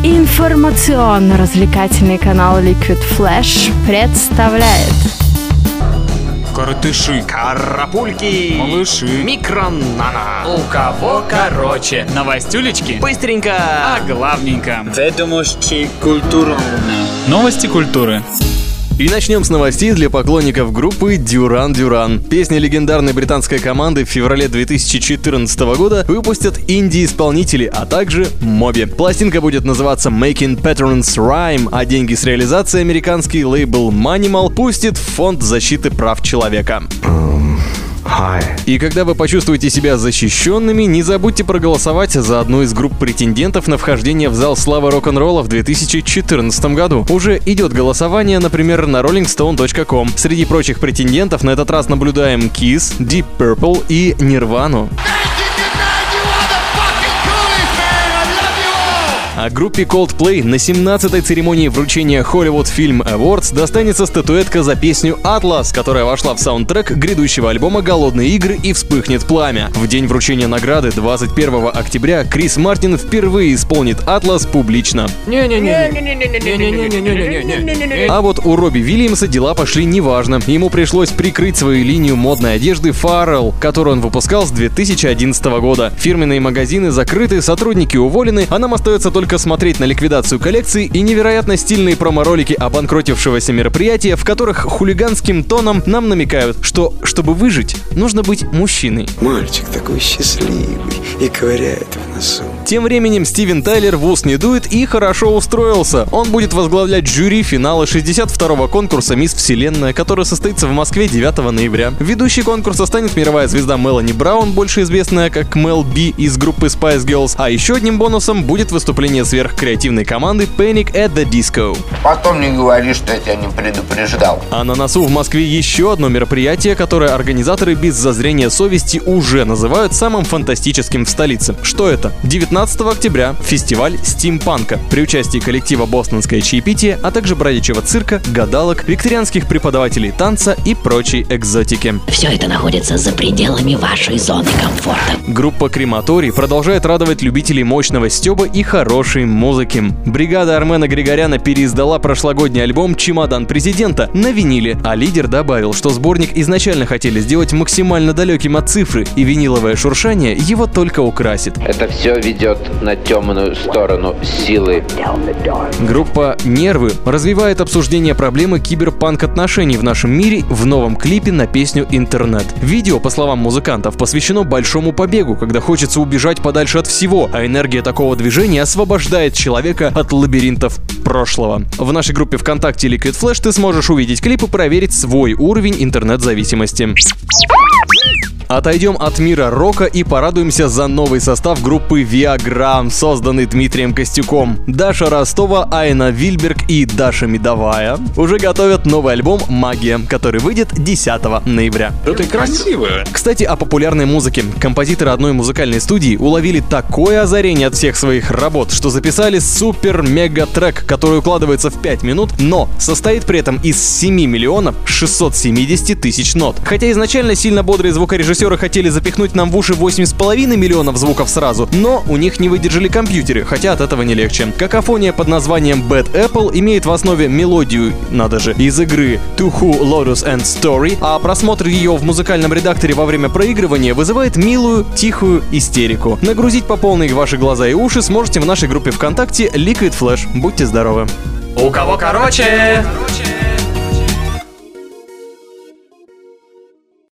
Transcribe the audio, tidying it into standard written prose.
Информационно-развлекательный канал Liquid Flash представляет Коротыши, карапульки, малыши, микронано. У кого короче? Новостюлечки? Быстренько, А главненько. Ведомости культуры. Новости культуры. И начнем с новостей для поклонников группы Duran Duran. Песни легендарной британской команды в феврале 2014 года выпустят инди-исполнители, а также Моби. Пластинка будет называться Making Patterns Rhyme, а деньги с реализации американский лейбл Manimal пустит в фонд защиты прав человека. И когда вы почувствуете себя защищенными, не забудьте проголосовать за одну из групп претендентов на вхождение в зал славы рок-н-ролла в 2014 году. Уже идет голосование, например, на rollingstone.com. Среди прочих претендентов на этот раз наблюдаем Kiss, Deep Purple и Nirvana. А группе Coldplay на 17-й церемонии вручения Hollywood Film Awards достанется статуэтка за песню «Atlas», которая вошла в саундтрек грядущего альбома «Голодные игры» и «Вспыхнет пламя». В день вручения награды 21 октября Крис Мартин впервые исполнит «Atlas» публично. А вот у Робби Уильямса дела пошли неважно. Ему пришлось прикрыть свою линию модной одежды Pharrell, которую он выпускал с 2011 года. Фирменные магазины закрыты, сотрудники уволены, а нам остается только смотреть на ликвидацию коллекции и невероятно стильные промо-ролики обанкротившегося мероприятия, в которых хулиганским тоном нам намекают, что, чтобы выжить, нужно быть мужчиной. Мальчик такой счастливый и ковыряет в носу. Тем временем Стивен Тайлер в ус не дует и хорошо устроился. Он будет возглавлять жюри финала 62-го конкурса «Мисс Вселенная», который состоится в Москве 9 ноября. Ведущей конкурса станет мировая звезда Мелани Браун, больше известная как Мел Би из группы Spice Girls, а еще одним бонусом будет выступление сверхкреативной команды Panic at the Disco. Потом не говори, что я тебя не предупреждал. А на носу в Москве еще одно мероприятие, которое организаторы без зазрения совести уже называют самым фантастическим в столице. Что это? 19 октября фестиваль стимпанка при участии коллектива «Бостонское чаепитие», а также бродячего цирка, гадалок, викторианских преподавателей танца и прочей экзотики. Все это находится за пределами вашей зоны комфорта. Группа «Крематорий» продолжает радовать любителей мощного стёба и хорошей музыки. Бригада Армена Григоряна переиздала прошлогодний альбом «Чемодан президента» на виниле, а лидер добавил, что сборник изначально хотели сделать максимально далеким от цифры, и виниловое шуршание его только украсит. Это все ведет на темную сторону силы. Группа «Нервы» развивает обсуждение проблемы киберпанк-отношений в нашем мире в новом клипе на песню «Интернет». Видео, по словам музыкантов, посвящено большому побегу, когда хочется убежать подальше от всего, а энергия такого движения освобождает человека от лабиринтов прошлого. В нашей группе ВКонтакте Liquid Flash ты сможешь увидеть клип и проверить свой уровень интернет-зависимости. Отойдем от мира рока и порадуемся за новый состав группы Viagra, созданный Дмитрием Костюком. Даша Ростова, Айна Вильберг и Даша Медовая уже готовят новый альбом «Магия», который выйдет 10 ноября. Да ты красивая. Кстати, о популярной музыке. Композиторы одной музыкальной студии уловили такое озарение от всех своих работ, что записали супер-мега-трек, который укладывается в 5 минут, но состоит при этом из 7 миллионов 670 тысяч нот. Хотя изначально сильно бодрые звукорежиссеры хотели запихнуть нам в уши 8,5 миллионов звуков сразу, но у них не выдержали компьютеры, хотя от этого не легче. Какофония под названием Bad Apple имеет в основе мелодию, надо же, из игры To Who, Lotus and Story, а просмотр ее в музыкальном редакторе во время проигрывания вызывает милую, тихую истерику. Нагрузить по полной ваши глаза и уши сможете в нашей группе ВКонтакте Liquid Flash. Будьте здоровы! У кого короче?